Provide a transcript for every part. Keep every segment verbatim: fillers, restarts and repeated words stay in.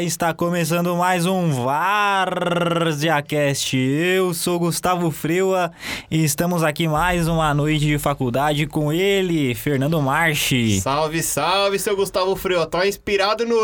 está começando mais um VarziaCast. Eu sou Gustavo Freua e estamos aqui mais uma noite de faculdade com ele, Fernando Marchi. Salve, salve, seu Gustavo Freua. Tô inspirado no...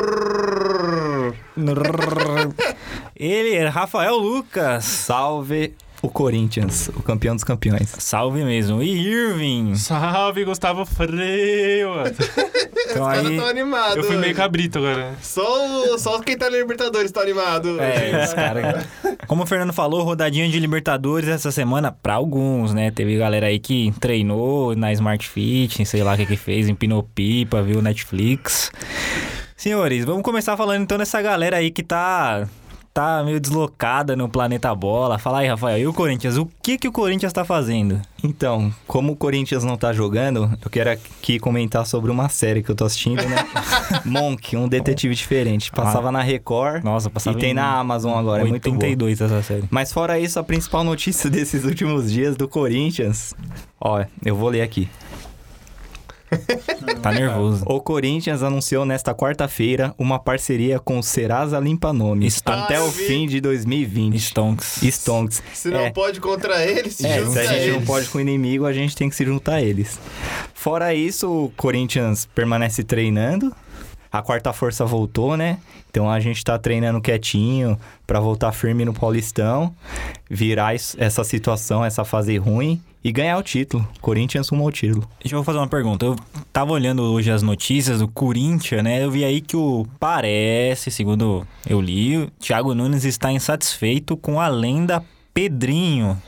Ele é Rafael Lucas. Salve o Corinthians, o campeão dos campeões. Salve mesmo. E Irving. Salve, Gustavo Freua. Então Os caras aí... tão animados. Eu fui meio hoje. cabrito agora. Só, só quem tá na Libertadores tá animado. É, os caras... Como o Fernando falou, rodadinha de Libertadores essa semana pra alguns, né? Teve galera aí que treinou na Smart Fit, sei lá o que que fez, empinou pipa, viu Netflix. Senhores, vamos começar falando então dessa galera aí que tá... tá meio deslocada no planeta bola. Fala aí, Rafael, e o Corinthians? O que que o Corinthians tá fazendo? Então, como o Corinthians não tá jogando, eu quero aqui comentar sobre uma série que eu tô assistindo, né? Monk, um detetive diferente. Passava ah. na Record. Nossa, passava e tem em... na Amazon agora, é muito oitenta e dois boa. essa série. Mas fora isso, a principal notícia desses últimos dias do Corinthians... Ó, eu vou ler aqui. Tá nervoso. O Corinthians anunciou nesta quarta-feira uma parceria com o Serasa Limpa Nome Stonks. até o fim de dois mil e vinte. Stonks. Stonks. Se não é. pode contra eles, se É, junta se a gente eles. não pode com o inimigo, a gente tem que se juntar a eles. Fora isso, o Corinthians permanece treinando. A quarta força voltou, né? Então a gente tá treinando quietinho pra voltar firme no Paulistão, virar essa situação, essa fase ruim e ganhar o título. Corinthians rumo ao título. Deixa eu fazer uma pergunta. Eu tava olhando hoje as notícias do Corinthians, né? Eu vi aí que o... Parece, segundo eu li, o Thiago Nunes está insatisfeito com a lenda Pedrinho.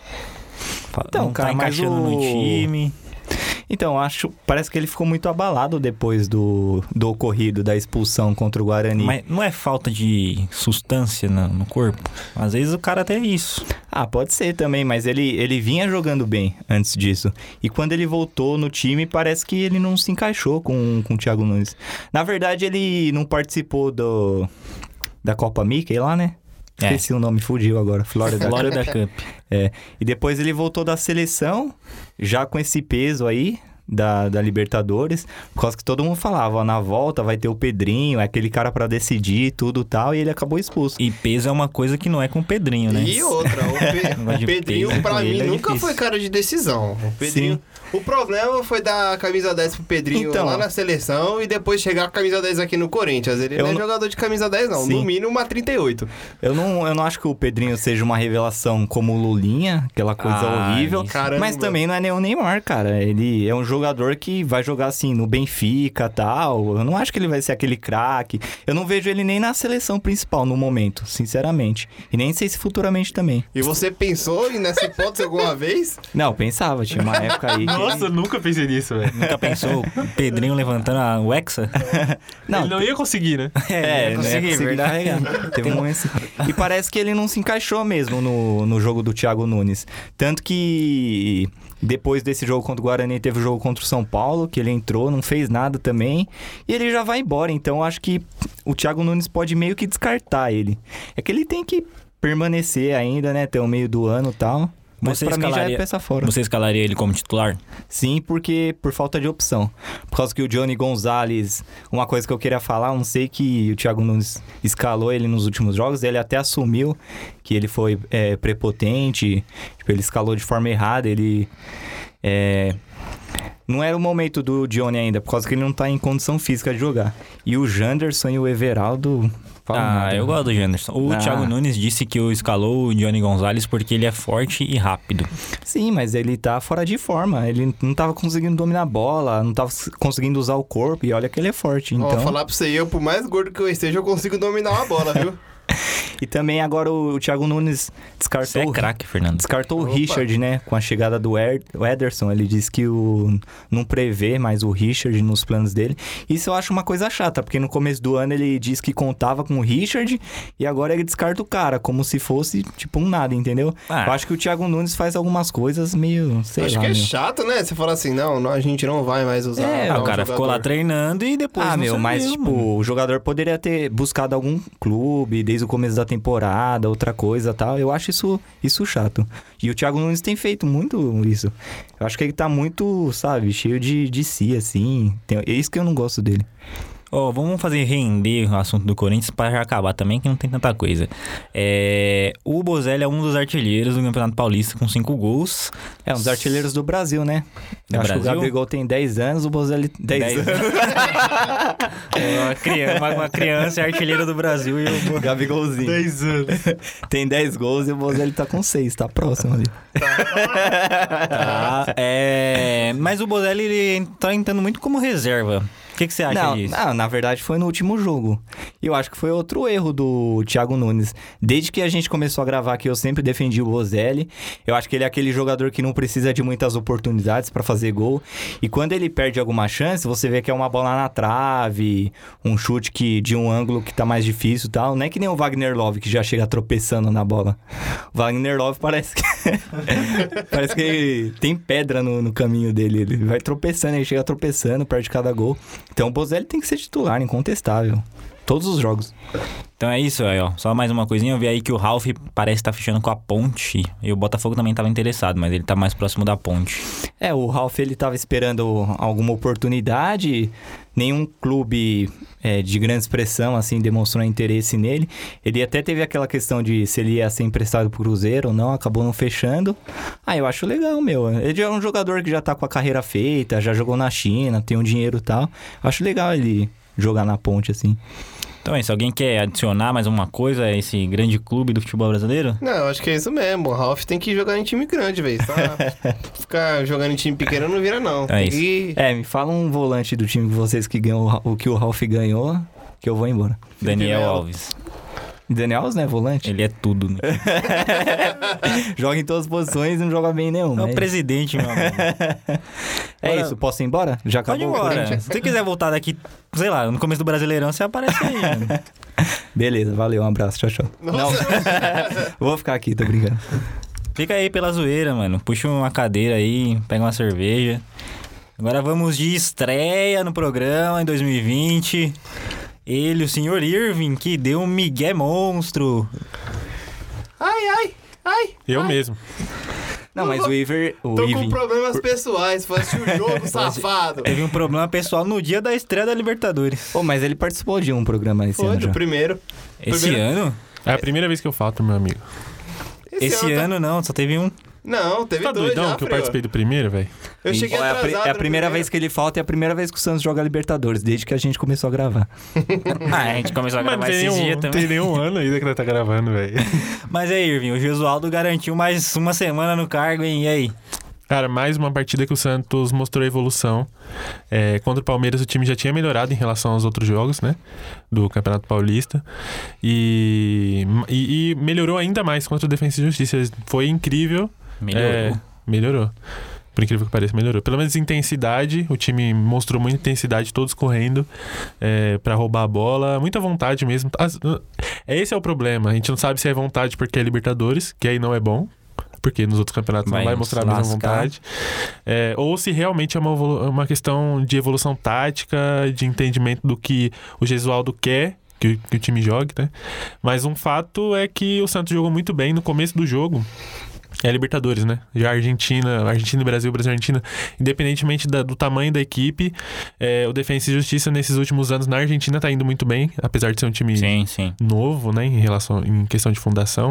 Então, não cara, tá encaixando mas o... no time... Então, acho, parece que ele ficou muito abalado depois do, do ocorrido, da expulsão contra o Guarani. Mas não é falta de substância no, no corpo? Às vezes o cara até é isso. Ah, pode ser também, mas ele, ele vinha jogando bem antes disso. E quando ele voltou no time, parece que ele não se encaixou com, com o Thiago Nunes. Na verdade, ele não participou do, da Copa Mickey lá, né? Esqueci é. o nome, fugiu agora. Florida, Florida Cup. É. E depois ele voltou da seleção, já com esse peso aí da, da Libertadores, por causa que todo mundo falava, ó, na volta vai ter o Pedrinho, é aquele cara pra decidir tudo e tal, e ele acabou expulso. E peso é uma coisa que não é com o Pedrinho, né? E outra, o, Pe... o Pedrinho pra mim é nunca difícil. foi cara de decisão. O Pedrinho... Sim. O problema foi dar a camisa dez pro Pedrinho então, lá na seleção e depois chegar com a camisa dez aqui no Corinthians. Ele não é não... jogador de camisa dez, não. Sim. No mínimo uma trinta e oito. Eu não, eu não acho que o Pedrinho seja uma revelação como o Lulinha, aquela coisa ah, horrível. Caramba. Mas também não é nem o Neymar, cara. Ele é um jogador que vai jogar assim no Benfica e tal. Eu não acho que ele vai ser aquele craque. Eu não vejo ele nem na seleção principal no momento, sinceramente. E nem sei se futuramente também. E você pensou nessa hipótese alguma vez? Não, pensava. Tinha uma época aí que... Nossa, eu nunca pensei nisso, velho. Nunca pensou o Pedrinho levantando a, o Hexa? Não, ele não ia conseguir, né? É, não ia conseguir, verdade. Teve um esse... E parece que ele não se encaixou mesmo no, no jogo do Thiago Nunes. Tanto que depois desse jogo contra o Guarani, teve o jogo contra o São Paulo, que ele entrou, não fez nada também. E ele já vai embora. Então, acho que o Thiago Nunes pode meio que descartar ele. É que ele tem que permanecer ainda, né? Até o meio do ano e tal. Mas você pra escalaria, mim já é peça fora. Você escalaria ele como titular? Sim, porque por falta de opção. Por causa que o Johnny Gonzalez... Uma coisa que eu queria falar, não sei que o Thiago Nunes escalou ele nos últimos jogos. Ele até assumiu que ele foi é, prepotente. Tipo, ele escalou de forma errada. Ele... É... Não era o momento do Johnny ainda, por causa que ele não tá em condição física de jogar. E o Janderson e o Everaldo... Ah, nada, eu né? gosto do Janderson. O ah. Thiago Nunes disse que o escalou o Johnny Gonzalez porque ele é forte e rápido. Sim, mas ele tá fora de forma. Ele não tava conseguindo dominar a bola, não tava conseguindo usar o corpo. E olha que ele é forte, então... Vou falar pra você, eu, por mais gordo que eu esteja, eu consigo dominar uma bola, viu? E também agora o Thiago Nunes descartou... Você é craque, Fernando. Descartou Opa. o Richard, né? Com a chegada do er- o Ederson. Ele disse que o, não prevê mais o Richard nos planos dele. Isso eu acho uma coisa chata, porque no começo do ano ele disse que contava com o Richard e agora ele descarta o cara, como se fosse tipo um nada, entendeu? Ah. Eu acho que o Thiago Nunes faz algumas coisas meio, sei acho lá. que é meu. chato, né? Você fala assim, não, não, a gente não vai mais usar... É, Ah, não, o cara jogador. ficou lá treinando e depois Ah, não meu, serviu, mas tipo, mano. o jogador poderia ter buscado algum clube desde o começo da temporada, outra coisa e tal. Eu acho isso, isso chato. E o Thiago Nunes tem feito muito isso. Eu acho que ele tá muito, sabe, cheio de, de si, assim. Tem, é isso que eu não gosto dele. Ó, oh, vamos fazer render o assunto do Corinthians pra já acabar também, que não tem tanta coisa. É... O Bozelli é um dos artilheiros do Campeonato Paulista com cinco gols. É, um dos artilheiros do Brasil, né? Do Eu acho Brasil? que o Gabigol tem dez anos, o Bozelli... dez anos. É uma criança, uma, uma criança é artilheiro do Brasil e o Gabigolzinho. dez anos. Tem dez gols e o Bozelli tá com seis, tá próximo ali. Tá, é... Mas o Bozelli, ele tá entrando muito como reserva. O que, que você acha não, disso? Não, na verdade foi no último jogo. E eu acho que foi outro erro do Thiago Nunes. Desde que a gente começou a gravar aqui, eu sempre defendi o Bozelli. Eu acho que ele é aquele jogador que não precisa de muitas oportunidades pra fazer gol. E quando ele perde alguma chance, você vê que é uma bola na trave, um chute que, de um ângulo que tá mais difícil e tal. Não é que nem o Wagner Love, que já chega tropeçando na bola. O Wagner Love parece que... parece que tem pedra no, no caminho dele. Ele vai tropeçando, ele chega tropeçando, perde cada gol. Então o Bozelli tem que ser titular, incontestável. Todos os jogos. Então é isso aí, ó. Só mais uma coisinha. Eu vi aí que o Ralf parece estar tá fechando com a Ponte. E o Botafogo também estava interessado, mas ele tá mais próximo da Ponte. É, o Ralf, ele tava esperando alguma oportunidade. Nenhum clube é, de grande expressão, assim, demonstrou interesse nele. Ele até teve aquela questão de se ele ia ser emprestado pro Cruzeiro ou não. Acabou não fechando. Ah, eu acho legal, meu. Ele é um jogador que já tá com a carreira feita. Já jogou na China, tem um dinheiro e tal. Acho legal ele jogar na Ponte, assim. Então é isso. Alguém quer adicionar mais uma coisa a esse grande clube do futebol brasileiro? Não, eu acho que é isso mesmo. O Ralf tem que jogar em time grande, velho. Só ficar jogando em time pequeno não vira, não. É isso. E... É, me fala um volante do time de vocês que ganhou o que o Ralf ganhou, que eu vou embora. Daniel Melo. Alves. Daniel Alves, né? Volante. Ele é tudo. Né? Joga em todas as posições e não joga bem nenhum. É o né? presidente, meu amigo. É Bora. isso, posso ir embora? Já Pode ir acabou o embora. Corinthians? Se você quiser voltar daqui, sei lá, no começo do Brasileirão, você aparece aí. Mano. Beleza, valeu, um abraço, tchau, tchau. Não, vou ficar aqui, tô brincando. Fica aí pela zoeira, mano. Puxa uma cadeira aí, pega uma cerveja. Agora vamos de estreia no programa em dois mil e vinte. Ele, o senhor Irving, que deu um migué monstro. Ai, ai, ai. Eu ai. mesmo. Não, mas o Iver... O Tô Irving... com problemas pessoais. Foi assistir o jogo, safado. Teve um problema pessoal no dia da estreia da Libertadores. Pô, mas ele participou de um programa esse Foi, ano do já. primeiro. Esse Primeiro- ano? É a primeira vez que eu falto, meu amigo. Esse tá- ano não, só teve um. Não, teve Tá dois doidão já, que eu Freio. participei do primeiro, velho? Eu cheguei Ó, é a, pri- atrasado é a no primeira primeiro. vez que ele falta e é a primeira vez que o Santos joga Libertadores, desde que a gente começou a gravar. Ah, a gente começou a Mas gravar tem esses nenhum, dias não também. tem nenhum ano ainda que nós tá gravando, velho. Mas aí, Irving, o Gesualdo garantiu mais uma semana no cargo, hein? E aí? Cara, mais uma partida que o Santos mostrou evolução. É, contra o Palmeiras o time já tinha melhorado em relação aos outros jogos, né? Do Campeonato Paulista. E, e, e melhorou ainda mais contra o Defensa e Justiça. Foi incrível. Melhorou. É, melhorou. Por incrível que pareça, melhorou. Pelo menos intensidade, o time mostrou muita intensidade, todos correndo é, pra roubar a bola. Muita vontade mesmo. As, esse é o problema. A gente não sabe se é vontade porque é Libertadores, que aí não é bom. Porque nos outros campeonatos Vai não vai nos mostrar a mesma lascar. vontade. É, ou se realmente é uma, evolu- uma questão de evolução tática, de entendimento do que o Gesualdo quer que, o- que o time jogue, né? Mas um fato é que o Santos jogou muito bem no começo do jogo. É a Libertadores, né? Já a Argentina, Argentina e Brasil, Brasil e Argentina, independentemente da- do tamanho da equipe, é, o Defensa e Justiça nesses últimos anos na Argentina tá indo muito bem, apesar de ser um time Sim, sim. novo, né, em relação em questão de fundação.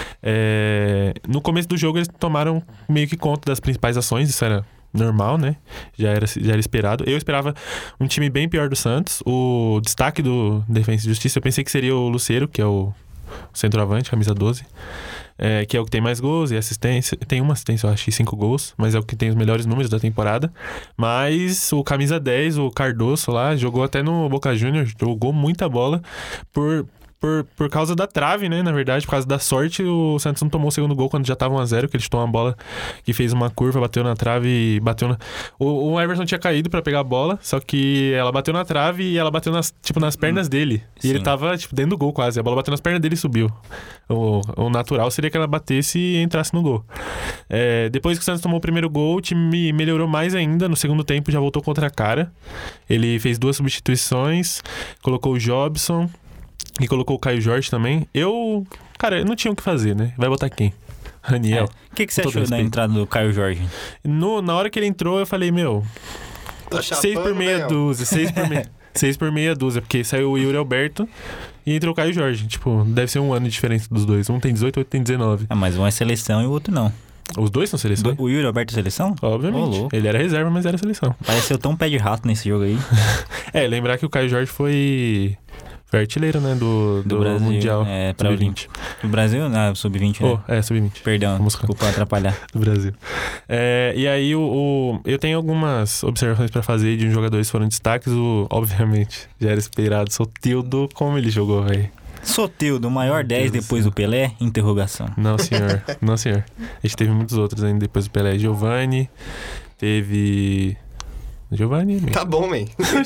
É, no começo do jogo eles tomaram meio que conta das principais ações, isso era normal, né? Já era, já era esperado. Eu esperava um time bem pior do Santos. O destaque do Defensa e Justiça, eu pensei que seria o Lucero, que é o centroavante, camisa doze. É, que é o que tem mais gols e assistência. Tem uma assistência, eu acho, e cinco gols, mas é o que tem os melhores números da temporada. Mas o camisa dez, o Cardoso lá, jogou até no Boca Juniors, jogou muita bola por... Por, por causa da trave, né? Na verdade, por causa da sorte, o Santos não tomou o segundo gol quando já tava um a zero, que ele chutou uma bola que fez uma curva, bateu na trave e bateu na... O, o Everson tinha caído pra pegar a bola, só que ela bateu na trave e ela bateu nas, tipo, nas pernas dele. E Sim. ele tava, tipo, dentro do gol quase. A bola bateu nas pernas dele e subiu. O, o natural seria que ela batesse e entrasse no gol. É, depois que o Santos tomou o primeiro gol, o time melhorou mais ainda. No segundo tempo já voltou contra a cara. Ele fez duas substituições, colocou o Jobson e colocou o Caio Jorge também. Eu, cara, eu não tinha o que fazer, né? Vai botar quem? Raniel. O que, que você Com todo achou da respeito. entrada do Caio Jorge? No, na hora que ele entrou, eu falei, meu, Tô seis chapando, por meia Daniel. dúzia, seis por meia. Seis por meia dúzia, porque saiu o Yuri Alberto e entrou o Caio Jorge. Tipo, deve ser um ano de diferença dos dois. Um tem dezoito, outro tem dezenove. Ah, mas um é seleção e o outro não. Os dois são seleção? Do, o Yuri Alberto é seleção? Obviamente. Oh, ele era reserva, mas era seleção. Pareceu tão pé de rato nesse jogo aí. É, lembrar que o Caio Jorge foi... Foi artilheiro, né? Do, do, do Brasil, Mundial. É, pra sub vinte. Do Brasil? Não, sub vinte, né? Oh, é, sub vinte. Perdão, Vamos desculpa atrapalhar. Do Brasil. É, e aí, o, o, eu tenho algumas observações pra fazer de um jogador que foram destaques. O, obviamente, já era esperado. Soteldo, como ele jogou, velho. Soteldo, o maior dez depois do Pelé? Interrogação. Não, senhor. Não, senhor. A gente teve muitos outros ainda depois do Pelé. Giovani, teve... Giovani. Tá bom, man.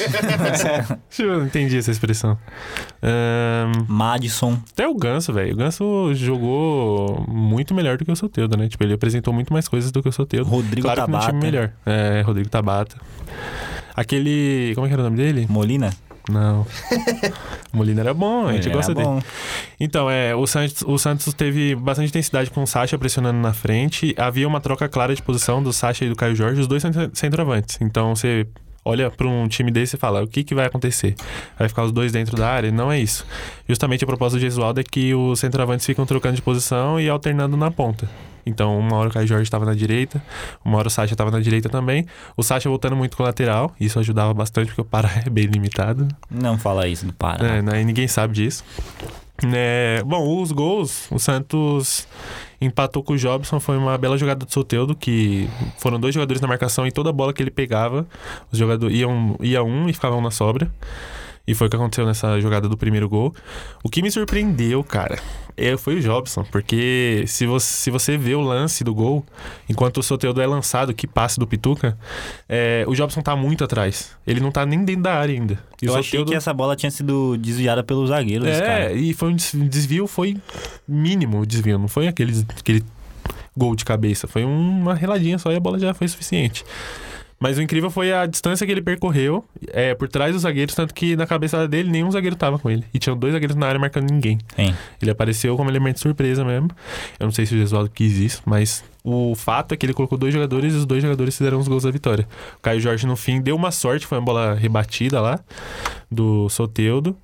Eu não entendi essa expressão. Um, Madison. Até o Ganso, velho. O Ganso jogou muito melhor do que o Soteldo, né? Tipo, ele apresentou muito mais coisas do que o Soteldo. Rodrigo claro Tabata. Que no time melhor. É, Rodrigo Tabata. Aquele... Como é que era o nome dele? Molina? Não. Molina era bom, a gente gosta dele. Bom. Então, é, o Santos, o Santos teve bastante intensidade com o Sacha pressionando na frente. Havia uma troca clara de posição do Sacha e do Caio Jorge, os dois centroavantes. Então, você olha para um time desse e fala, o que, que vai acontecer? Vai ficar os dois dentro da área? Não é isso. Justamente a proposta do Gesualdo é que os centroavantes ficam trocando de posição e alternando na ponta. Então, uma hora o Caio Jorge estava na direita, uma hora o Sacha estava na direita também. O Sacha voltando muito com o lateral, isso ajudava bastante, porque o Pará é bem limitado. Não fala isso do Pará. É, né? Ninguém sabe disso. É, bom, os gols, o Santos empatou com o Jobson, foi uma bela jogada do Soteldo, que foram dois jogadores na marcação e toda bola que ele pegava, os jogadores iam, ia um e ficavam na sobra. E foi o que aconteceu nessa jogada do primeiro gol. O que me surpreendeu, cara, é, foi o Jobson. Porque se você, se você vê o lance do gol, enquanto o Soteldo é lançado, que passe do Pituca, é, o Jobson tá muito atrás. Ele não tá nem dentro da área ainda. E Eu o achei Soteldo... que essa bola tinha sido desviada pelos zagueiros, É, cara. e foi um desvio, foi mínimo o desvio. Não foi aquele, aquele gol de cabeça. Foi uma reladinha só e a bola já foi suficiente. Mas o incrível foi a distância que ele percorreu é, por trás dos zagueiros, tanto que na cabeça dele nenhum zagueiro tava com ele. E tinham dois zagueiros na área marcando ninguém. Sim. Ele apareceu como elemento de surpresa mesmo. Eu não sei se o Gesualdo quis isso, mas o fato é que ele colocou dois jogadores e os dois jogadores fizeram os gols da vitória. O Caio Jorge no fim deu uma sorte, foi uma bola rebatida lá do Soteldo.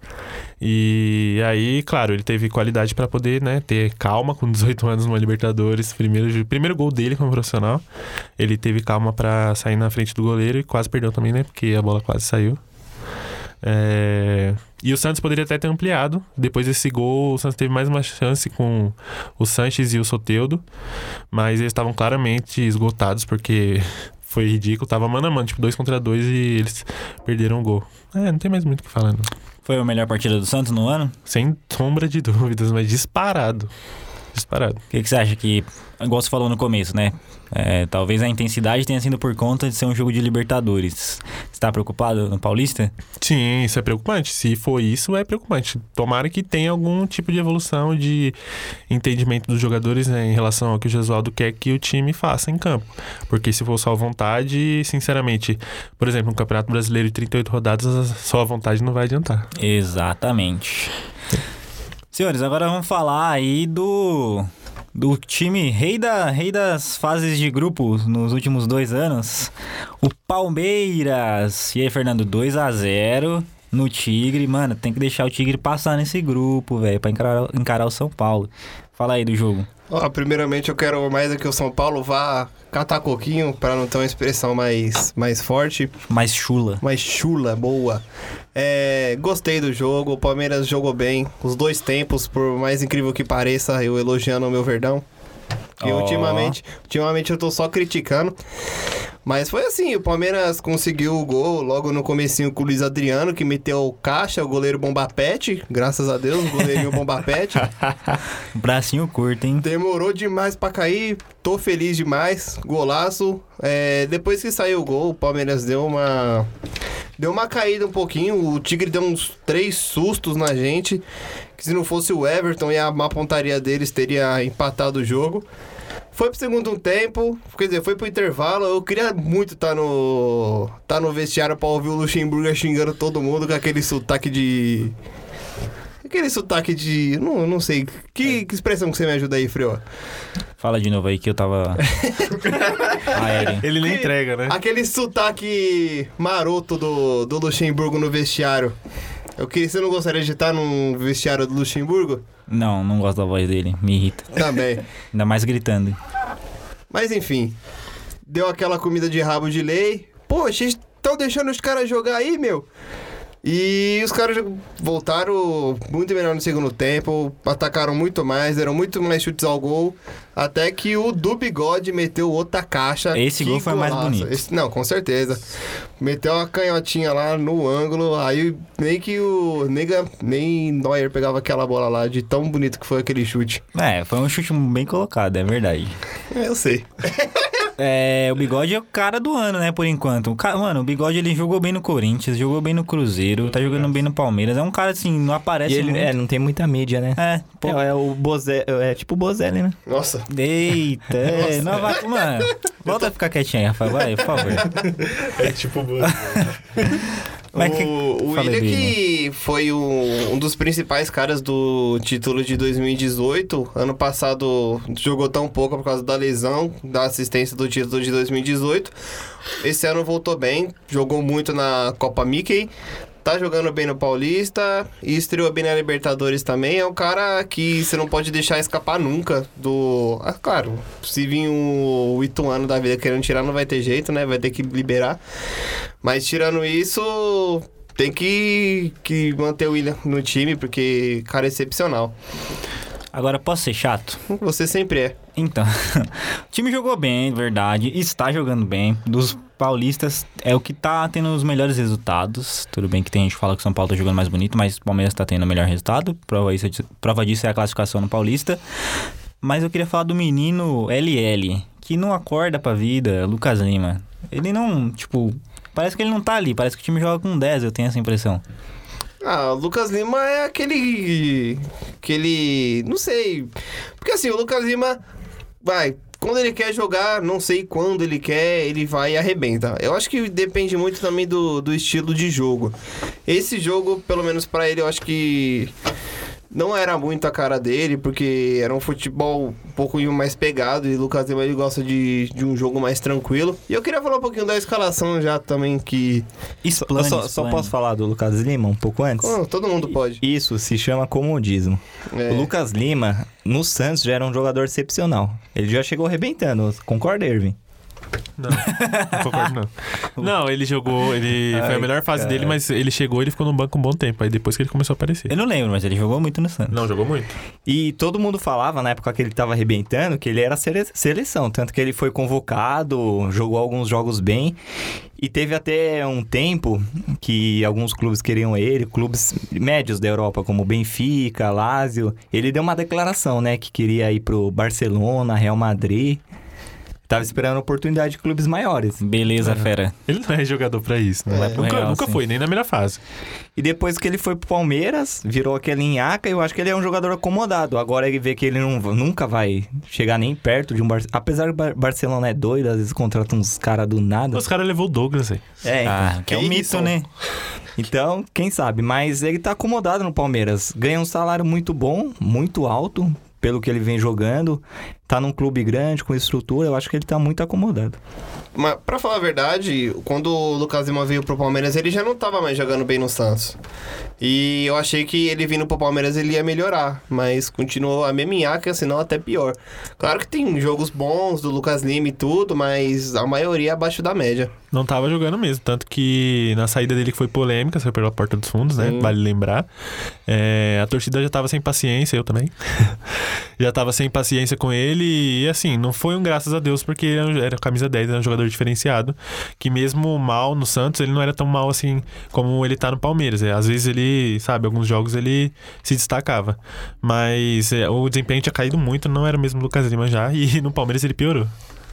E aí, claro, ele teve qualidade pra poder, né, ter calma com dezoito anos numa Libertadores. Primeiro, primeiro gol dele como profissional. Ele teve calma pra sair na frente do goleiro e quase perdeu também, né, porque a bola quase saiu. É... E o Santos poderia até ter ampliado. Depois desse gol, o Santos teve mais uma chance com o Sanches e o Soteldo. Mas eles estavam claramente esgotados, porque foi ridículo. Tava mano a mano, tipo dois contra dois, e eles perderam o gol. É, não tem mais muito o que falar, não. Foi a melhor partida do Santos no ano? Sem sombra de dúvidas, mas disparado. Disparado. O que, que você acha que... Igual você falou no começo, né? É, talvez a intensidade tenha sido por conta de ser um jogo de Libertadores. Você tá preocupado no Paulista? Sim, isso é preocupante. Se for isso, é preocupante. Tomara que tenha algum tipo de evolução de entendimento dos jogadores, né, em relação ao que o Gesualdo quer que o time faça em campo. Porque se for só a vontade, sinceramente, por exemplo, um Campeonato Brasileiro de trinta e oito rodadas, só a vontade não vai adiantar. Exatamente. Senhores, agora vamos falar aí do... do time rei, da, rei das fases de grupo nos últimos dois anos, o Palmeiras. E aí, Fernando, dois a zero no Tigre. Mano, tem que deixar o Tigre passar nesse grupo, velho, pra encarar, encarar o São Paulo. Fala aí do jogo. Ó, primeiramente eu quero mais é que o São Paulo vá catar coquinho, pra não ter uma expressão mais, mais forte. Mais chula. Mais chula, boa. É, gostei do jogo, o Palmeiras jogou bem. Os dois tempos, por mais incrível que pareça, eu elogiando o meu Verdão. E oh. ultimamente, ultimamente eu tô só criticando. Mas foi assim, o Palmeiras conseguiu o gol logo no comecinho com o Luiz Adriano, que meteu o caixa, o goleiro Bomba Pet. Graças a Deus, o goleirinho Bomba Pet. Bracinho curto, hein? Demorou demais pra cair, tô feliz demais, golaço. É, depois que saiu o gol, o Palmeiras deu uma... Deu uma caída um pouquinho, o Tigre deu uns três sustos na gente, que se não fosse o Everton e a má pontaria deles, teria empatado o jogo. Foi pro segundo tempo, quer dizer, foi pro intervalo. Eu queria muito estar tá no, tá no vestiário pra ouvir o Luxemburgo xingando todo mundo com aquele sotaque de... Aquele sotaque de... Não, não sei. Que, que expressão que você me ajuda aí, Freo? Fala de novo aí que eu tava... aéreo. Ele nem Que- entrega, né? Aquele sotaque maroto do, do Luxemburgo no vestiário. Eu queria, você não gostaria de estar num vestiário do Luxemburgo? Não, não gosto da voz dele. Me irrita. Também. Ainda mais gritando. Mas enfim. Deu aquela comida de rabo de lei. Pô, vocês estão deixando os caras jogar aí, meu? E os caras voltaram muito melhor no segundo tempo, atacaram muito mais, deram muito mais chutes ao gol, até que o do Bigode meteu outra caixa. Esse Que gol foi mais golaço. bonito. Esse- não, com certeza. Meteu uma canhotinha lá no ângulo, aí nem que o... Nem, nem Neuer pegava aquela bola lá, de tão bonito que foi aquele chute. É, foi um chute bem colocado, é verdade. É, eu sei. É, o Bigode é o cara do ano, né, por enquanto. O cara, mano, o Bigode ele jogou bem no Corinthians, jogou bem no Cruzeiro, tá jogando bem no Palmeiras. É um cara assim, não aparece E ele, muito. é, não tem muita mídia, né? É, pô. É, é o Bozelli, é tipo o Bozelli, né? Nossa. Eita, é, não, vai, mano, volta a ficar quietinho aí, Rafael, vai, por favor. É tipo... Mas que- O, o Fala Willian aí, que foi um, um dos principais caras do título de dois mil e dezoito. Ano passado jogou tão pouco por causa da lesão, da assistência do título de dois mil e dezoito. Esse ano voltou bem, jogou muito na Copa Mickey. Tá jogando bem no Paulista e estreou bem na Libertadores também. É um cara que você não pode deixar escapar nunca do... Ah, claro, se vir o Ituano da vida querendo tirar, não vai ter jeito, né? Vai ter que liberar. Mas tirando isso, tem que, que manter o Willian no time, porque cara é excepcional. Agora, posso ser chato? Você sempre é. Então, o time jogou bem, verdade, está jogando bem. Dos paulistas, é o que tá tendo os melhores resultados. Tudo bem que tem gente que fala que o São Paulo tá jogando mais bonito, mas o Palmeiras tá tendo o melhor resultado. Prova, isso, prova disso é a classificação no Paulista. Mas eu queria falar do menino L L, que não acorda pra vida, Lucas Lima. Ele não, tipo, parece que ele não tá ali, parece que o time joga com dez, eu tenho essa impressão. Ah, o Lucas Lima é aquele... Aquele... Não sei. Porque assim, o Lucas Lima... Vai... Quando ele quer jogar, não sei quando ele quer, ele vai e arrebenta. Eu acho que depende muito também do, do estilo de jogo. Esse jogo, pelo menos pra ele, eu acho que... Não era muito a cara dele, porque era um futebol um pouco mais pegado e o Lucas Lima ele gosta de, de um jogo mais tranquilo. E eu queria falar um pouquinho da escalação já também, que Explane, Eu só, só explane. posso falar do Lucas Lima um pouco antes? oh, todo mundo pode. Isso se chama comodismo. É. O Lucas Lima, no Santos, já era um jogador excepcional. Ele já chegou arrebentando, concorda, Irving? Não, não concordo, não. Não, ele jogou, ele foi a Ai, melhor fase cara. dele, mas ele chegou e ele ficou no banco um bom tempo. Aí depois que ele começou a aparecer. Eu não lembro, mas ele jogou muito no Santos. Não, jogou muito. E todo mundo falava, na época que ele tava arrebentando, que ele era sele- seleção. Tanto que ele foi convocado, jogou alguns jogos bem. E teve até um tempo que alguns clubes queriam ele, clubes médios da Europa, como Benfica, Lazio. Ele deu uma declaração, né, que queria ir pro Barcelona, Real Madrid. Tava esperando a oportunidade de clubes maiores. Beleza, fera. Ele não é jogador pra isso, né? Não vai pro Nunca, Real, nunca sim. foi, nem na melhor fase. E depois que ele foi pro Palmeiras, virou aquele nhaca, eu acho que ele é um jogador acomodado. Agora ele vê que ele não, nunca vai chegar nem perto de um Barcelona. Apesar que o Bar- Barcelona é doido, às vezes contrata uns caras do nada. Os caras levou o Douglas, velho. É, então. Ah, que é um que mito, isso? né? Então, quem sabe? Mas ele tá acomodado no Palmeiras. Ganha um salário muito bom, muito alto, pelo que ele vem jogando. Tá num clube grande, com estrutura, eu acho que ele tá muito acomodado. Mas, pra falar a verdade, quando o Lucas Lima veio pro Palmeiras, ele já não tava mais jogando bem no Santos. E eu achei que ele vindo pro Palmeiras ele ia melhorar, mas continuou a mesma nhaca, senão até pior. Claro que tem jogos bons do Lucas Lima e tudo, mas a maioria é abaixo da média. Não tava jogando mesmo, tanto que na saída dele que foi polêmica, saiu pela porta dos fundos, né? Sim. Vale lembrar. É, a torcida já tava sem paciência, eu também. já tava sem paciência com ele e assim, não foi um graças a Deus, porque era, era camisa dez, era um jogador diferenciado, que mesmo mal no Santos, ele não era tão mal assim como ele tá no Palmeiras. É, às vezes ele, sabe, alguns jogos ele se destacava. Mas é, o desempenho tinha caído muito, não era mesmo o Lucas Lima já, e no Palmeiras ele piorou.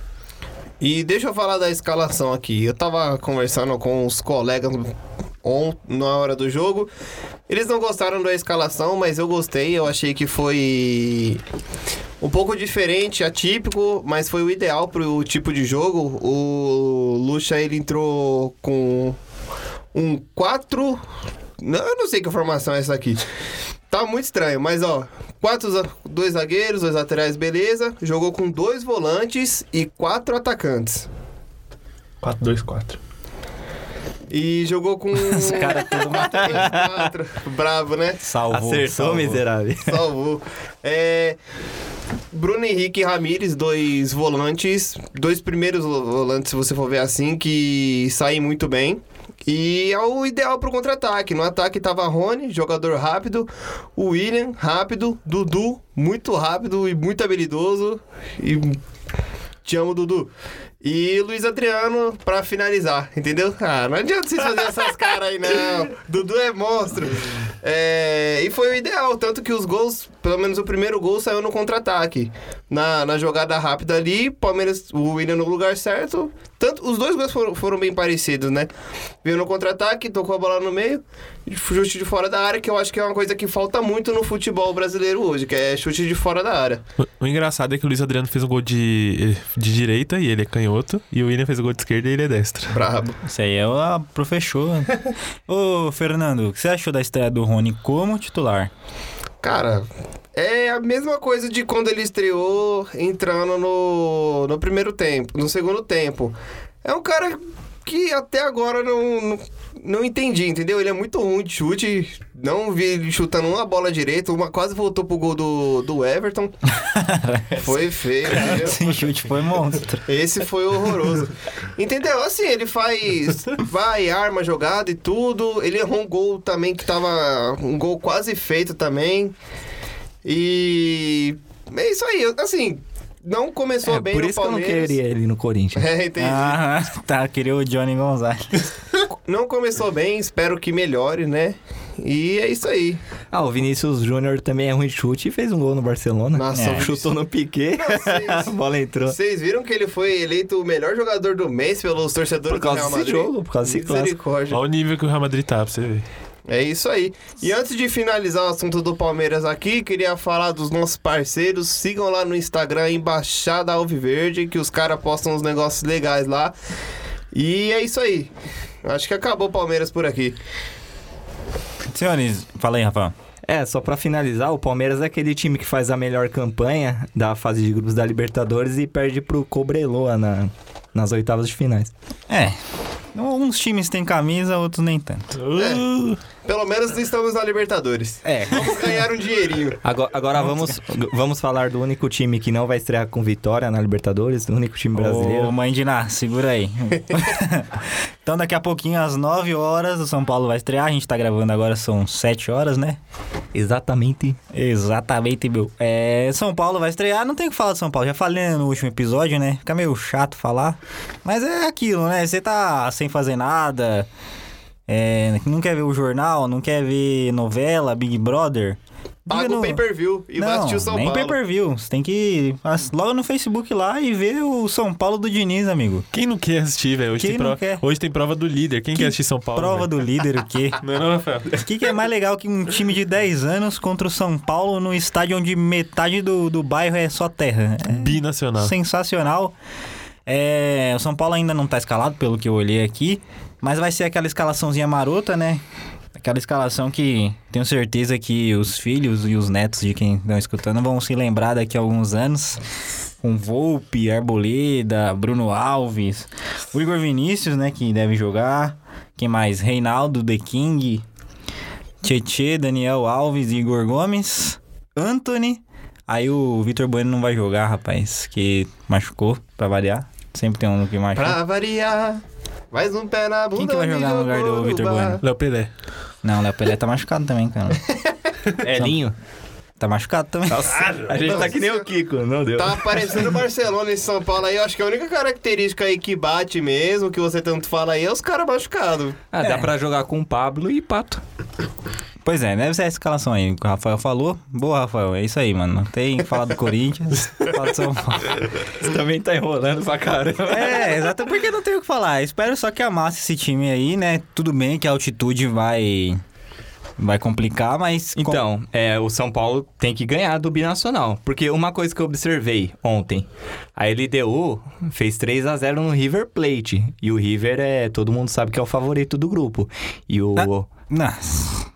E deixa eu falar da escalação aqui. Eu tava conversando com os colegas on, na hora do jogo. Eles não gostaram da escalação, mas eu gostei. Eu achei que foi um pouco diferente, atípico, mas foi o ideal pro tipo de jogo. O Lucha, ele entrou com um quatro... Não, eu não sei que formação é essa aqui. Tá muito estranho, mas ó, quatro, za- dois zagueiros, dois laterais, beleza. Jogou com dois volantes e quatro atacantes. quatro dois quatro. E jogou com... Os caras tudo matando. quatro. Bravo, né? Salvou. Acertou, salvou. miserável. Salvou. É... Bruno Henrique e Ramires, dois volantes. Dois primeiros volantes, se você for ver assim, que saem muito bem. E é o ideal pro contra-ataque. No ataque tava Rony, jogador rápido. O William, rápido. Dudu, muito rápido e muito habilidoso. E te amo, Dudu. E Luiz Adriano pra finalizar, entendeu? Ah, não adianta vocês fazerem essas caras aí, não. Dudu é monstro. É, e foi o ideal, tanto que os gols, pelo menos o primeiro gol saiu no contra-ataque. Na, na jogada rápida ali, Palmeiras, o William no lugar certo. Tanto, os dois gols foram, foram bem parecidos, né? Veio no contra-ataque, tocou a bola no meio, chute de fora da área, que eu acho que é uma coisa que falta muito no futebol brasileiro hoje, que é chute de fora da área. O, o engraçado é que o Luiz Adriano fez um gol de, de direita e ele é canhoto. E o William fez o gol de esquerda e ele é destro. Brabo. Isso aí é o professor. Ô, Fernando, o que você achou da estreia do Rony como titular? Cara, é a mesma coisa de quando ele estreou entrando no, no primeiro tempo, no segundo tempo. É um cara que até agora não, não, não entendi, entendeu? Ele é muito ruim de chute, não vi ele chutando uma bola direita, uma quase voltou pro gol do, do Everton. Foi feio, entendeu? Esse chute foi monstro. Esse foi horroroso. Entendeu? Assim, ele faz... Vai, arma, jogada e tudo. Ele errou um gol também que tava... Um gol quase feito também. E... É isso aí. Assim, não começou É, bem por no isso que eu não Palmeiras. queria ele no Corinthians. É, entendi. Ah, tá, queria o Johnny Gonzalez. Não começou bem, espero que melhore, né? E é isso aí. Ah, o Vinícius Júnior também é ruim de chute e fez um gol no Barcelona. Nossa, É. o Vinícius- Chutou no Piquet, Vocês- a bola entrou. Vocês viram que ele foi eleito o melhor jogador do mês pelos torcedores Por causa do Real desse Madrid? jogo, por causa desse clássico. Misericórdia. Olha o nível que o Real Madrid tá, pra você ver. É isso aí. E antes de finalizar o assunto do Palmeiras aqui, queria falar dos nossos parceiros. Sigam lá no Instagram, Embaixada Alviverde, que os caras postam uns negócios legais lá. E é isso aí. Acho que acabou o Palmeiras por aqui. Senhores, fala aí, Rafael. É, só pra finalizar, o Palmeiras é aquele time que faz a melhor campanha da fase de grupos da Libertadores e perde pro Cobreloa na, nas oitavas de finais. É, uns times têm camisa, outros nem tanto. Uh, Pelo menos estamos na Libertadores. É. Vamos ganhar um dinheirinho. Agora, agora vamos, vamos falar do único time que não vai estrear com vitória na Libertadores, do único time brasileiro. Ô, mãe de Ná, segura aí. Então, daqui a pouquinho, às nove horas, o São Paulo vai estrear. A gente tá gravando agora, são sete horas, né? Exatamente. Exatamente, meu. É, São Paulo vai estrear, não tem o que falar de São Paulo. Já falei no último episódio, né? Fica meio chato falar. Mas é aquilo, né? Você tá sem fazer nada, é, não quer ver o jornal, não quer ver novela, Big Brother. Paga Diga o no- pay-per-view e vai Não, assistir o São nem Paulo. pay-per-view. Você tem que ir logo no Facebook lá e ver o São Paulo do Diniz, amigo. quem não quer assistir, velho? Hoje, Quem tem não prova- quer? Hoje tem prova do líder. Quem Que quer assistir São Paulo? Prova velho? do líder, o quê? Não é não, Rafael? O que, que é mais legal que um time de dez anos contra o São Paulo no estádio onde metade do, do bairro é só terra? É Binacional. sensacional. É, o São Paulo ainda não tá escalado, pelo que eu olhei aqui, mas vai ser aquela escalaçãozinha marota, né? Aquela escalação que tenho certeza que os filhos e os netos de quem estão escutando vão se lembrar daqui a alguns anos. Com Volpe, Arboleda, Bruno Alves, o Igor Vinícius, né, que deve jogar. Quem mais? Reinaldo, The King, Tietê, Daniel Alves e Igor Gomes, Anthony. Aí o Vitor Bueno não vai jogar, rapaz, que machucou, pra variar. Sempre tem um que machuca. Pra variar, mais um pé na bunda. Quem que vai jogar no lugar do Vitor Bueno? Léo Pelé. Não, o Léo Pelé tá machucado também, cara. Elinho. Tá machucado também. Nossa, a gente tá que nem o Kiko, não deu. Tá aparecendo o Barcelona em São Paulo aí. Eu acho que a única característica aí que bate mesmo, que você tanto fala aí, é os caras machucados. Ah, É. dá pra jogar com o Pablo e Pato. Pois é, deve ser essa escalação aí que o Rafael falou. Boa, Rafael, é isso aí, mano. Não tem que falar do Corinthians, falar do São Paulo. Você também tá enrolando pra caramba. É, exato, porque não tenho o que falar. Espero só que amasse esse time aí, né? Tudo bem que a altitude vai... Vai complicar, mas... com- Então, é, o São Paulo tem que ganhar do Binacional. Porque uma coisa que eu observei ontem, a L D U fez três a zero no River Plate. E o River é, todo mundo sabe que é o favorito do grupo. E o... Ah. Nossa,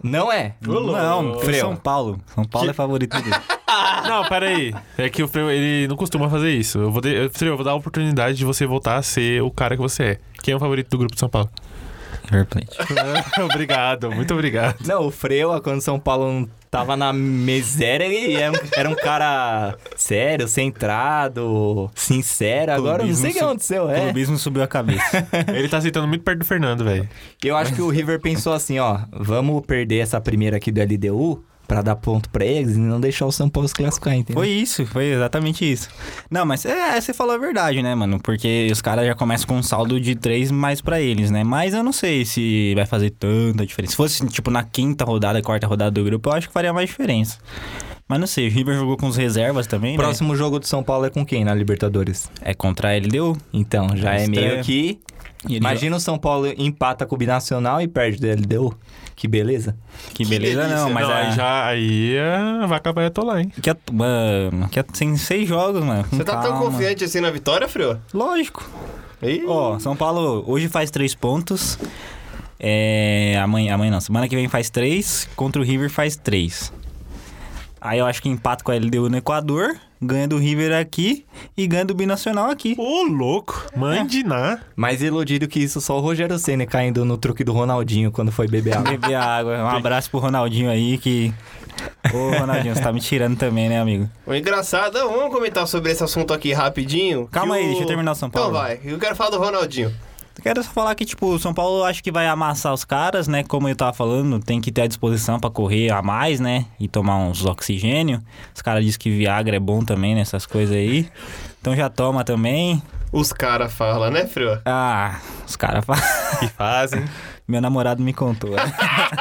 Não é? Não, Freu. São Paulo. São Paulo é favorito dele. Não, peraí. É que o Freu, ele não costuma fazer isso. Eu vou, de... eu, Freu, eu vou dar a oportunidade de você voltar a ser o cara que você é. Quem é o favorito do grupo de São Paulo? River Plate. Obrigado, muito obrigado. Não, o Freu, quando São Paulo tava na miséria, ele era um, era um cara sério, centrado, sincero. Agora eu não sei o que aconteceu, O é. clubismo subiu a cabeça. Ele tá sentando muito perto do Fernando, velho. Eu acho que o River pensou assim, ó, vamos perder essa primeira aqui do L D U pra dar ponto pra eles e não deixar o São Paulo se classificar, entendeu? Foi isso, foi exatamente isso. Não, mas é, você falou a verdade, né, mano? Porque os caras já começam com um saldo de três mais pra eles, né? Mas eu não sei se vai fazer tanta diferença. Se fosse, tipo, na quinta rodada, quarta rodada do grupo, eu acho que faria mais diferença. Mas não sei, o River jogou com os reservas também, O próximo jogo do São Paulo é com quem na Libertadores? né? É contra a L D U. Então, já é Estreia. meio que... E ele Imagina o São Paulo empata com o Binacional e perde do L D U. Que beleza. Que beleza, delícia. não, mas não, a... aí já aí a vaca vai atolar, hein? Que a... Mano, que a... tem seis jogos, mano. com Você tá tão calma. confiante assim na vitória, Freu? Lógico. Ih, Ó, São Paulo hoje faz três pontos. É... Amanhã, amanhã não, semana que vem faz três. Contra o River faz três. Aí eu acho que empata com a L D U no Equador. Ganha do River aqui e ganha do Binacional aqui. Ô, louco. Mandiná. Mais iludido que isso, só o Rogério Ceni caindo no truque do Ronaldinho quando foi beber água. Beber água. Um abraço pro Ronaldinho aí que... Ô, Ronaldinho, você tá me tirando também, né, amigo? o engraçado, não, vamos comentar sobre esse assunto aqui rapidinho. Calma que aí, o- deixa eu terminar o São Paulo. Então vai, eu quero falar do Ronaldinho. Quero só falar que, tipo, o São Paulo eu acho que vai amassar os caras, né? Como eu tava falando, tem que ter a disposição pra correr a mais, né? E tomar uns oxigênio. Os caras dizem que Viagra é bom também, nessas coisas aí. Então já toma também. Os caras falam, né, Freu? Ah, os caras falam. Que fazem. Meu namorado me contou. Né?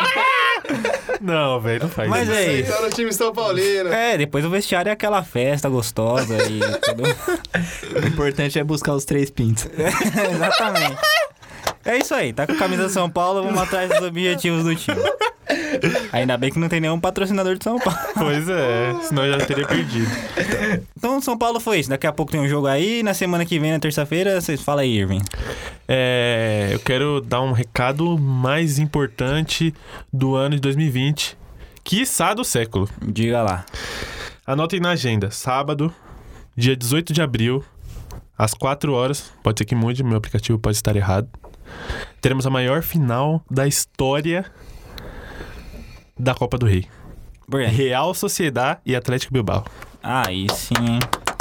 Não, velho, não faz Mas isso. é isso. Tá no time São Paulino. É, depois o vestiário é aquela festa gostosa e tudo. O importante é buscar os três pintos. Exatamente. É isso aí, tá com a camisa de São Paulo, vamos atrás dos objetivos do time. Ainda bem que não tem nenhum patrocinador de São Paulo. Pois é, senão eu já teria perdido. Então, São Paulo foi isso. Daqui a pouco tem um jogo aí. Na semana que vem, na terça-feira, vocês falam aí, Irving. É, eu quero dar um recado mais importante do ano de dois mil e vinte, quiçá do século. Diga lá. Anotem na agenda, sábado, dia dezoito de abril, às quatro horas, pode ser que mude, meu aplicativo pode estar errado, teremos a maior final da história da Copa do Rei. Por quê? Real Sociedad e Atlético Bilbao. Aí sim, hein?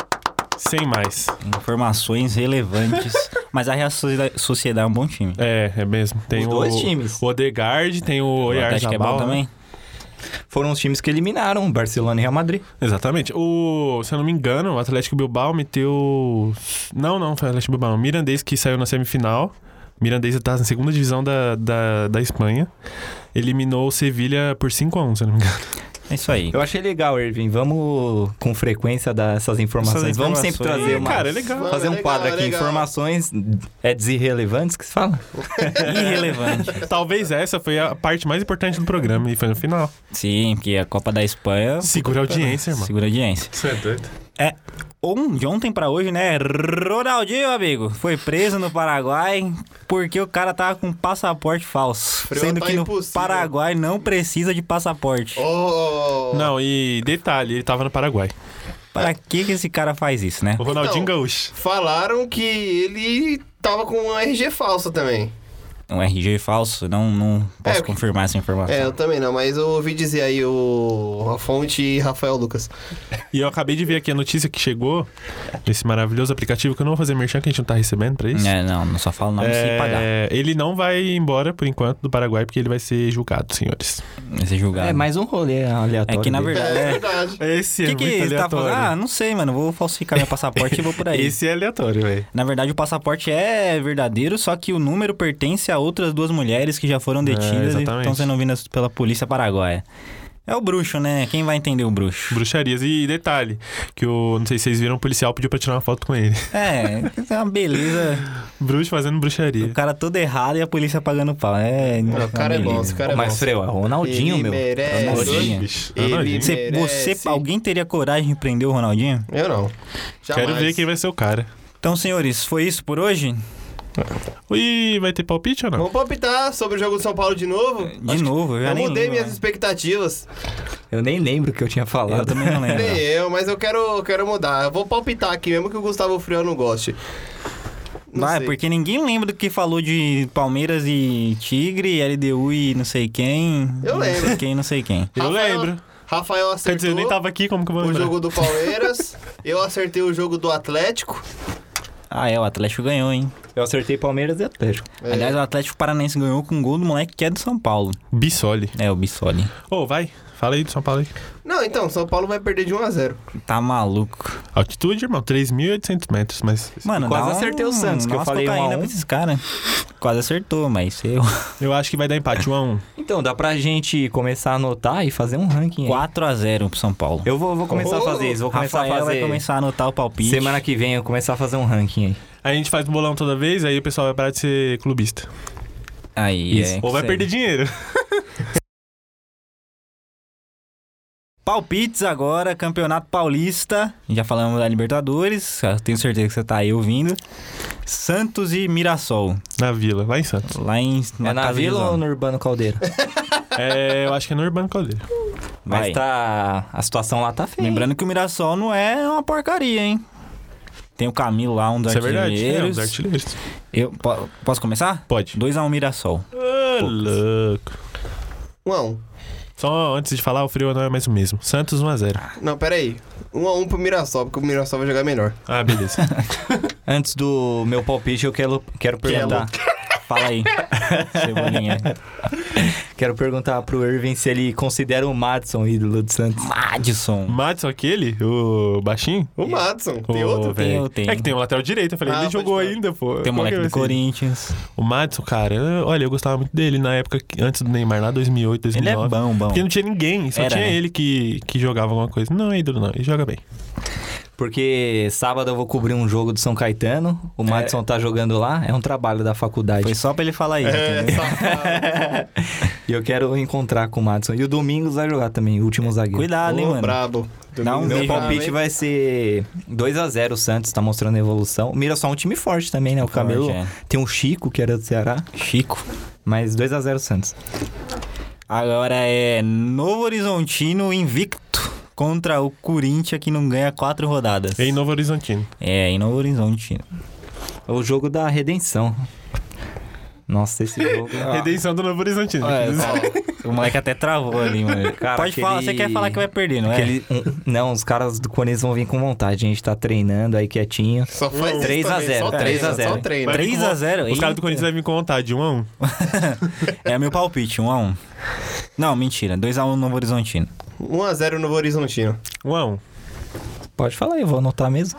Sem mais. Informações relevantes. Mas a Real Sociedade- Sociedade é um bom time. É, é mesmo. Tem Os o, dois times. o Odegaard, tem o O Atlético é bom Oyarzabal, né? também. Foram os times que eliminaram Barcelona e Real Madrid. Exatamente. O, se eu não me engano, o Atlético Bilbao meteu... Não, não, foi o Atlético Bilbao. O Mirandês que saiu na semifinal. O Mirandês tá na segunda divisão da, da, da Espanha. Eliminou o Sevilha por cinco a um, se eu não me engano. É isso aí. Eu achei legal, Irving. Vamos com frequência dar essas informações. Essas Vamos sempre informações. trazer uma... Cara, é legal. Fazer um Legal, quadro aqui, legal. informações é desirrelevantes que se fala? Irrelevante. Talvez essa foi a parte mais importante do programa e foi no final. Sim, porque a Copa da Espanha... Segura a audiência, irmão. Segura a audiência. Você é doido? É, on- de ontem pra hoje, né? Ronaldinho, amigo, foi preso no Paraguai porque o cara tava com passaporte falso. Freu, Sendo tá que no impossível. Paraguai não precisa de passaporte. Oh. Não, e detalhe, ele tava no Paraguai. Para que que esse cara faz isso, né? O Ronaldinho Então, Gaúcho. Falaram que ele tava com um R G falso também. Um R G falso, não, não posso É, confirmar essa informação. É, eu também não, mas eu ouvi dizer aí o... a fonte Rafael Lucas. E eu acabei de ver aqui a notícia que chegou nesse maravilhoso aplicativo, que eu não vou fazer merchan, que a gente não tá recebendo pra isso. É, não, não só falo o nome sem pagar. É, ele não vai embora, por enquanto, do Paraguai, porque ele vai ser julgado, senhores. Esse julgado. É mais um rolê aleatório. É que, na dele. verdade, É é. verdade. Esse O que é que muito você tá falando? aleatório. Ah, não sei, mano. Vou falsificar meu passaporte e vou por aí. Esse é aleatório, velho. Na verdade, o passaporte é verdadeiro, só que o número pertence a outras duas mulheres que já foram detidas e exatamente. estão sendo ouvidas pela polícia paraguaia. É o bruxo, né? Quem vai entender o bruxo? Bruxarias. E detalhe, que o... Não sei se vocês viram, o policial pediu pra tirar uma foto com ele. É, é uma beleza. Bruxo fazendo bruxaria. O cara todo errado e a polícia pagando pau. É, Não, o cara é bom, esse cara é bom. Mas, Freu, é Ronaldinho, Ele meu. merece. Ronaldinho. Bicho. Ele Ronaldinho. Você, você, merece. alguém teria coragem de prender o Ronaldinho? Eu não. Quero Jamais. ver quem vai ser o cara. Então, senhores, foi isso por hoje? E vai ter palpite ou não? Vamos palpitar sobre o jogo do São Paulo de novo? De Acho novo, eu já Eu nem mudei lembro, minhas né? expectativas. Eu nem lembro o que eu tinha Eu falado. também não lembro. Nem eu, mas eu quero, quero mudar. Eu vou palpitar aqui, mesmo que o Gustavo Friel não goste. Não Vai, sei. porque ninguém lembra do que falou de Palmeiras e Tigre, L D U e não sei quem. Eu Não sei lembro. quem, não sei quem. Eu Rafael- lembro. Rafael Quer acertou dizer, eu nem tava aqui, como que eu vou o lembrar? jogo do Palmeiras. Eu acertei o jogo do Atlético. Ah, é, o Atlético ganhou, hein? Eu acertei Palmeiras e Atlético. É. Aliás, o Atlético Paranaense ganhou com um gol do moleque que é do São Paulo. Bissoli. É, o Bissoli. Ô, vai. Fala aí do São Paulo aí. Não, então, São Paulo vai perder de um a zero. Tá maluco. Altitude, irmão, três mil e oitocentos metros, mas Mano, Quase dá um- acertei o Santos, que dá eu umas falei um a cocaína um. pra esses caras. Quase acertou, mas eu... eu acho que vai dar empate, um a um. Então, dá pra gente começar a anotar e fazer um ranking aí. quatro a zero pro São Paulo. Eu vou, vou começar a Oh, fazer isso, vou começar Rafael a fazer... vai começar a anotar o palpite. Semana que vem eu começar a fazer um ranking aí. Aí a gente faz um bolão toda vez, aí o pessoal vai parar de ser clubista. Aí, Isso. é, Ou vai segue. perder dinheiro. Palpites agora, Campeonato Paulista. Já falamos da Libertadores, eu tenho certeza que você tá aí ouvindo. Santos e Mirassol, Na Vila, lá em Santos. lá em É na casa de Vila ou Zona. no Urbano Caldeira? É, eu acho que é no Urbano Caldeira. Vai. Mas tá... A situação lá tá feia. Lembrando que o Mirassol não é uma porcaria, hein? Tem o Camilo lá, um dos Isso é verdade, é, artilheiros. um dos artilheiros. Eu, po- posso começar? Pode. dois a um Mirassol. Ô, louco. um a um. Só antes de falar, o frio não é mais o mesmo. Santos um a zero. Não, pera aí. um a um pro Mirassol, porque o Mirassol vai jogar melhor. Ah, beleza. Antes do meu palpite, eu quero, quero perguntar... Fala aí, Cebolinha. Quero perguntar pro Irving se ele considera o Madison ídolo do Santos. Madison. Madison, aquele? O baixinho? O Madison, tem Ô, outro? velho. Tem, eu tenho. É que tem o lateral direito. Eu falei, Ah, ele pode jogou falar. ainda, pô. Tem o Qual moleque que do vai ser? Corinthians. O Madison, cara, eu- olha, eu gostava muito dele na época, que- antes do Neymar, lá dois mil e oito, dois mil e Ele é nove. bom, bom. Porque não tinha ninguém, só Era, tinha né? ele que, que jogava alguma coisa. Não é ídolo, não. Ele joga bem. Porque sábado eu vou cobrir um jogo do São Caetano. O Madison tá jogando lá. É um trabalho da faculdade. Foi só pra ele falar isso, É, entendeu? safado. E eu quero encontrar com o Madison. E o Domingos vai jogar também, o último zagueiro. Cuidado, hein, Ô, mano. brabo. Dá um Meu beijo, palpite hein? vai ser dois a zero o Santos, tá mostrando evolução. O Mirassol é um time forte também, né? O Camelo Forte, é. tem um Chico, que era do Ceará. Chico. Mas dois a zero o Santos. Agora é Novo Horizontino invicto contra o Corinthians que não ganha quatro rodadas. Em Novo Horizontino. É, em Novo Horizontino. É o jogo da redenção. Nossa, esse jogo... Redenção do Novo Horizontino. Olha, o moleque até travou ali, mano. Cara, Pode aquele- falar, você quer falar que vai perder, não é? Aquele- um- não, os caras do Corinthians vão vir com vontade. A gente tá treinando aí quietinho. Só faz isso três a também, zero, só três a treina, zero. Só treina. Vai vir três com- a zero, Os caras do eita. Corinthians devem vir com vontade, um a um. É meu palpite, um a um. Não, mentira, dois a um Novo Horizontino. um a zero no Horizontino. um a um. Pode falar aí, eu vou anotar mesmo.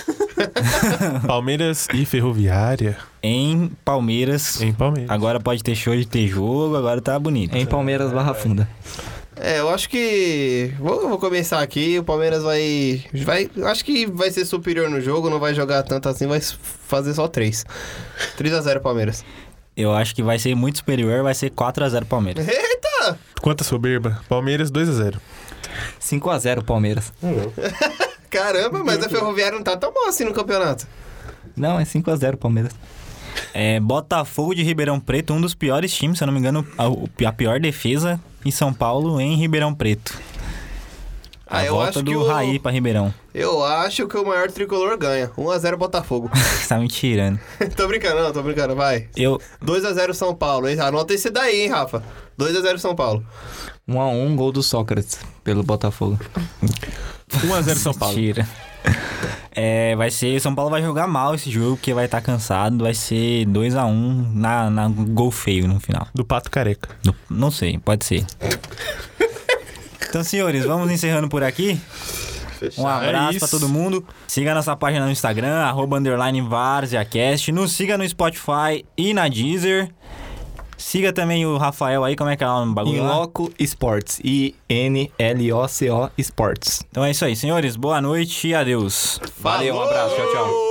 Palmeiras e Ferroviária Em Palmeiras. em Palmeiras. Agora pode ter show de ter jogo, agora tá bonito. Em Palmeiras Barra Funda. É, eu acho que... Vou, vou começar aqui, o Palmeiras vai... vai... Acho que vai ser superior no jogo, não vai jogar tanto assim, vai fazer só três. três a zero Palmeiras. Eu acho que vai ser muito superior, vai ser quatro a zero Palmeiras. Eita! Quanta soberba. Palmeiras dois a zero. cinco a zero Palmeiras. Caramba, mas a Ferroviária não tá tão mal assim no campeonato. Não, é cinco a zero Palmeiras. É, Botafogo de Ribeirão Preto, um dos piores times, se eu não me engano, a, a pior defesa em São Paulo em Ribeirão Preto. A Ah, eu volta acho do que o- Raí pra Ribeirão. Eu acho que o maior tricolor ganha. um a zero Botafogo. Você tá me tirando. Tô brincando, não, tô brincando, vai. Eu, dois a zero São Paulo, hein? Anota esse daí, hein, Rafa. dois a zero São Paulo. um a um, gol do Sócrates pelo Botafogo. um a zero São Paulo. Tira. É, vai ser. São Paulo vai jogar mal esse jogo, porque vai estar cansado. Vai ser dois a um na, na gol feio no final. Do Pato Careca. No- não sei, pode ser. Então, senhores, vamos encerrando por aqui. Um abraço É pra isso. todo mundo. Siga nossa página no Instagram, arroba underline VarziaCast. Nos siga no Spotify e na Deezer. Siga também o Rafael aí, como é que é lá no bagulho lá? Inloco Sports. I N L O C O Sports. Então é isso aí, senhores. Boa noite e adeus. Valeu, um abraço, tchau, tchau.